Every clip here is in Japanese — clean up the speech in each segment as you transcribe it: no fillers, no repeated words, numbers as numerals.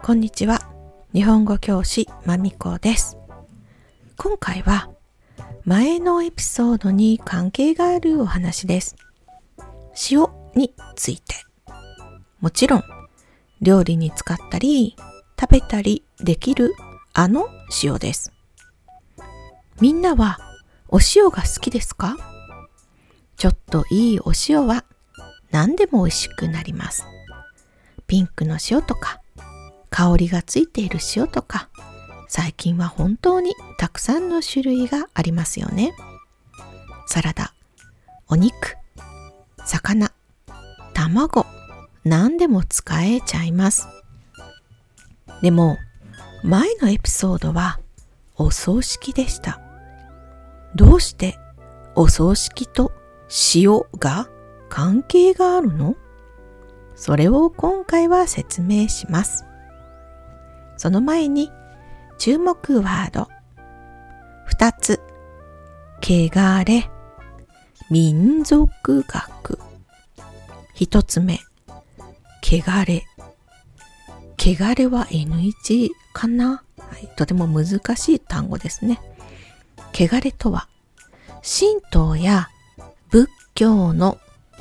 こんにちは。日本語教師まみこです。今回は前のエピソードに関係があるお話です。塩について。もちろん料理に使ったり食べたりできるあの塩です。みんなはお塩が好きですか？ちょっといいお塩は何でも美味しくなります。ピンクの塩とか香りがついている塩とか、最近は本当にたくさんの種類がありますよね。サラダ、お肉、魚、卵、何でも使えちゃいます。でも、前のエピソードはお葬式でした。どうしてお葬式と塩が関係があるの？それを今回は説明します。その前に注目ワード2つ、汚れ、民族学。1つ目、汚れ。汚れは NG かな？とても難しい単語ですね。汚れとは、神道や仏教の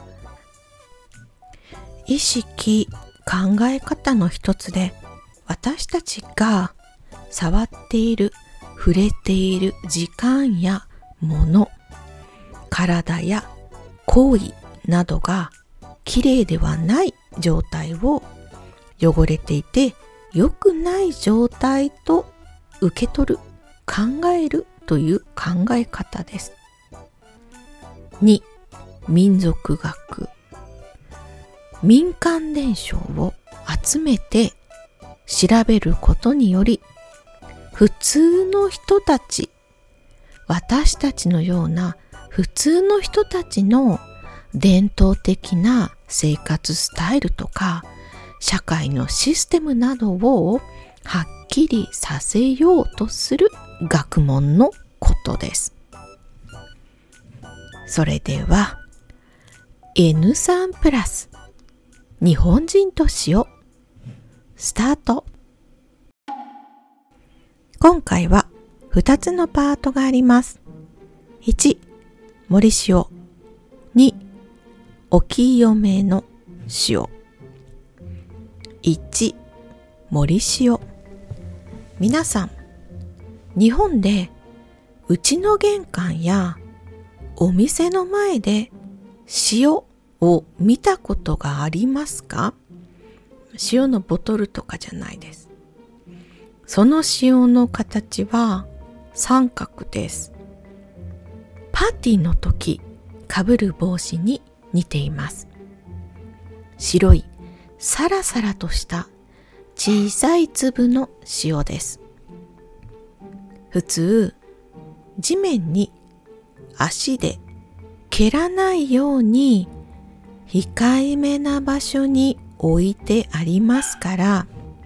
意識、考え方の一つで、私たちが触っている、触れている時間やもの、体や行為などがきれいではない状態を汚れていて良くない状態と受け取る、考えるという考え方です。2、民族学。民間伝承を集めて調べることにより、普通の人たち、私たちのような普通の人たちの伝統的な生活スタイルとか、社会のシステムなどをはっきりさせようとする学問のことです。それでは N3 プラス日本人と塩スタート。今回は2つのパートがあります。1、森塩。2、お清めの塩。1、森塩。皆さん、日本でうちの玄関やお店の前で塩を見たことがありますか？塩のボトルとかじゃないです。その塩の形は三角です。パーティーの時かぶる帽子に似ています。白いサラサラとした小さい粒の塩です。普通、地面に足で蹴らないように控えめな場所に置いてありますから、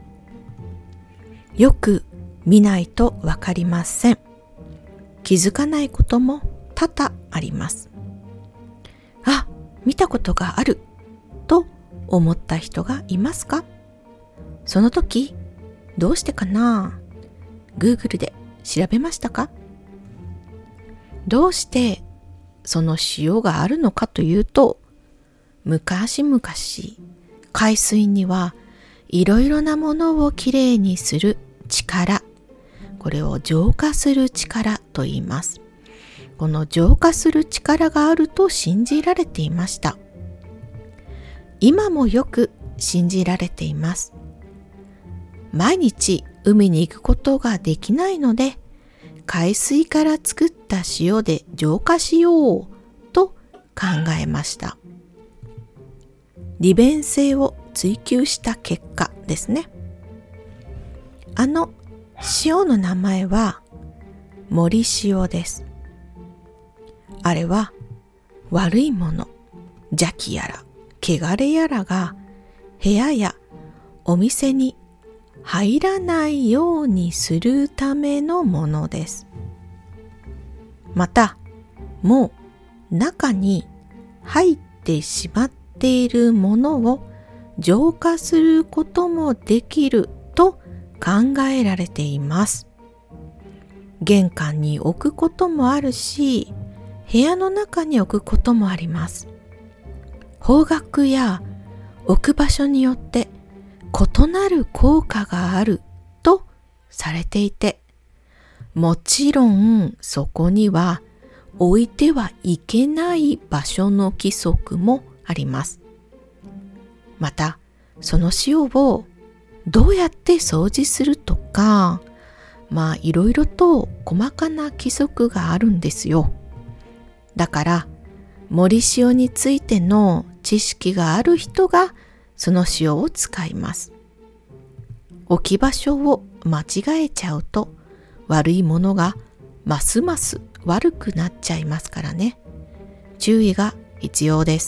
よく見ないとわかりません。気づかないことも多々あります。あ、見たことがあると思った人がいますか？その時、どうしてかな？ Google で調べましたか？どうしてその塩があるのかというと、昔々海水にはいろいろなものをきれいにする力、これを浄化する力と言います。この浄化する力があると信じられていました。今もよく信じられています。毎日海に行くことができないので、海水から作った塩で浄化しようと考えました。利便性を追求した結果ですね。あの塩の名前は森塩です。あれは悪いもの、邪気やら汚れやらが部屋やお店に入らないようにするためのものです。また、もう中に入ってしまっているものを浄化することもできると考えられています。玄関に置くこともあるし、部屋の中に置くこともあります。方角や置く場所によって異なる効果があるとされていて、もちろんそこには置いてはいけない場所の規則もあります。また、その塩をどうやって掃除するとか、いろいろと細かな規則があるんですよ。だから、盛り塩についての知識がある人がその塩を使います。置き場所を間違えちゃうと悪いものがますます悪くなっちゃいますからね。注意が必要です。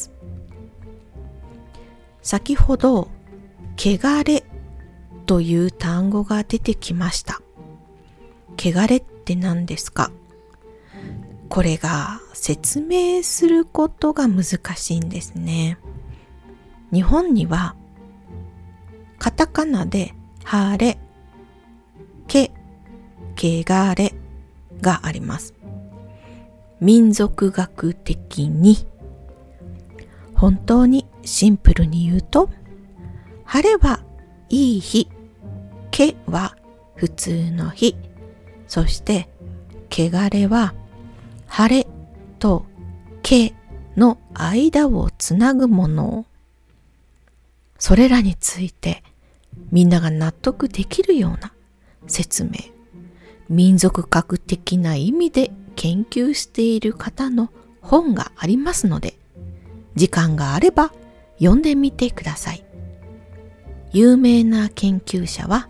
先ほど、汚れという単語が出てきました。汚れって何ですか？これが説明することが難しいんですね。日本にはカタカナでハレ、ケ、汚れがあります。民族学的に本当にシンプルに言うと、晴れはいい日、ケは普通の日、そして汚れは晴れとケの間をつなぐもの。それらについてみんなが納得できるような説明、民族学的な意味で研究している方の本がありますので、時間があれば読んでみてください。有名な研究者は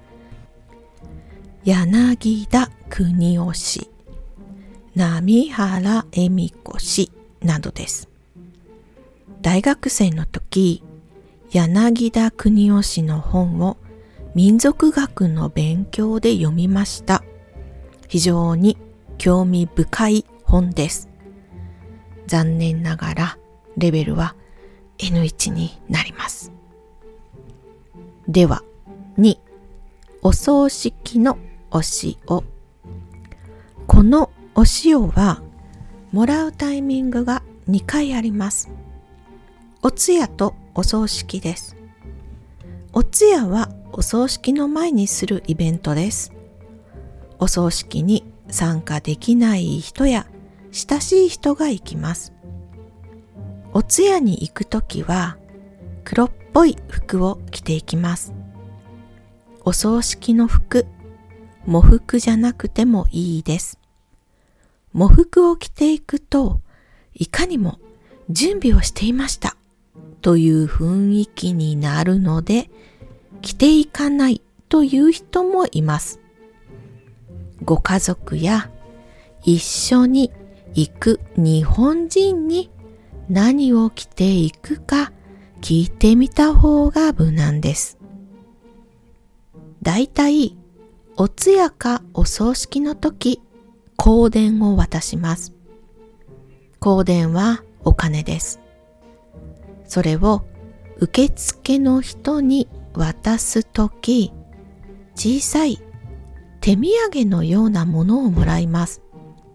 柳田国男氏、波原恵美子氏などです。大学生の時、柳田国男氏の本を民族学の勉強で読みました。非常に興味深い本です。残念ながらレベルは N1 になります。では、2、お葬式のお塩。このお塩はもらうタイミングが2回あります。お通夜とお葬式です。お通夜はお葬式の前にするイベントです。お葬式に参加できない人や親しい人が行きます。お通夜に行くときは黒っぽい服を着ていきます。お葬式の服、喪服じゃなくてもいいです。喪服を着ていくと、いかにも準備をしていましたという雰囲気になるので、着ていかないという人もいます。ご家族や一緒に行く日本人に何を着ていくか聞いてみた方が無難です。だいたいお通夜かお葬式の時、香典を渡します。香典はお金です。それを受付の人に渡すとき、小さい手土産のようなものをもらいます。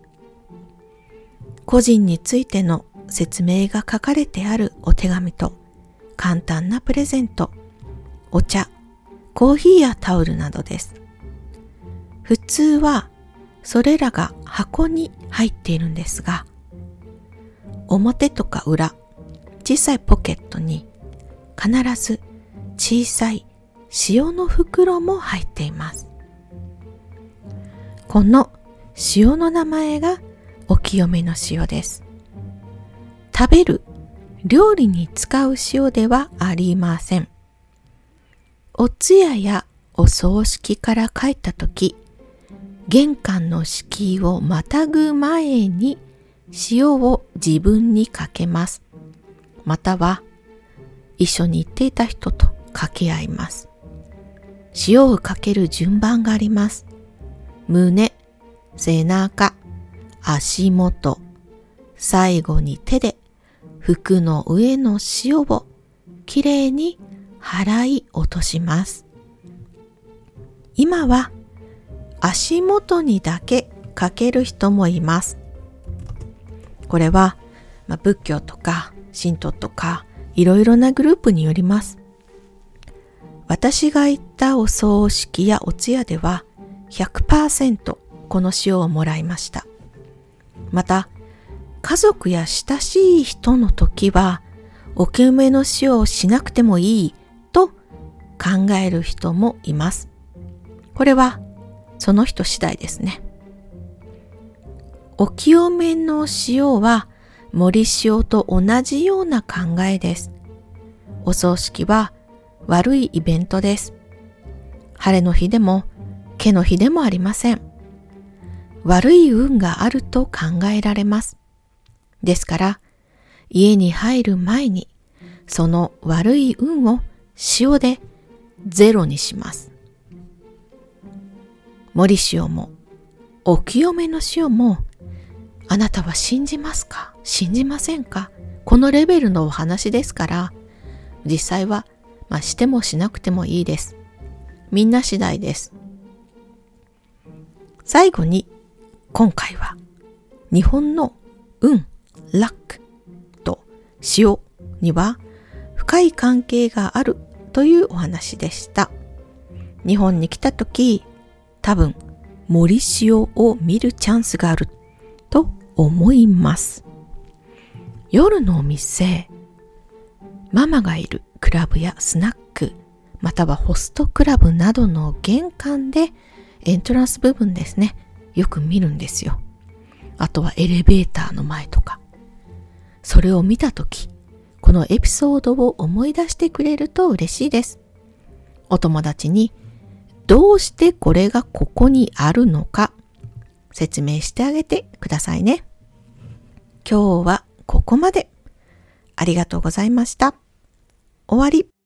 個人についての説明が書かれてあるお手紙と簡単なプレゼント、お茶、コーヒーやタオルなどです。普通はそれらが箱に入っているんですが、表とか裏、小さいポケットに必ず小さい塩の袋も入っています。この塩の名前がお清めの塩です。食べる料理に使う塩ではありません。お通夜やお葬式から帰ったとき、玄関の敷居をまたぐ前に塩を自分にかけます。または一緒に行っていた人と掛け合います。塩をかける順番があります。胸、背中、足元、最後に手で服の上の塩をきれいに払い落とします。 今は足元にだけかける人もいます。これは、仏教とか神道とかいろいろなグループによります。私が行ったお葬式やお通夜では 100% この塩をもらいました。また、家族や親しい人の時はお清めの塩をしなくてもいいと考える人もいます。これはその人次第ですね。お清めの塩は盛り塩と同じような考えです。お葬式は悪いイベントです。晴れの日でも毛の日でもありません。悪い運があると考えられます。ですから、家に入る前にその悪い運を塩でゼロにします。盛り塩もお清めの塩もあなたは信じますか？信じませんか？このレベルのお話ですから、実際はしてもしなくてもいいです。みんな次第です。最後に今回は日本の運、ラックと塩には深い関係があるというお話でした。日本に来たとき、多分盛り塩を見るチャンスがあると思います。夜のお店、ママがいるクラブやスナック、またはホストクラブなどの玄関でエントランス部分ですね、よく見るんですよ。あとはエレベーターの前とか。それを見たとき、このエピソードを思い出してくれると嬉しいです。お友達にどうしてこれがここにあるのか説明してあげてくださいね。今日はここまで。ありがとうございました。終わり。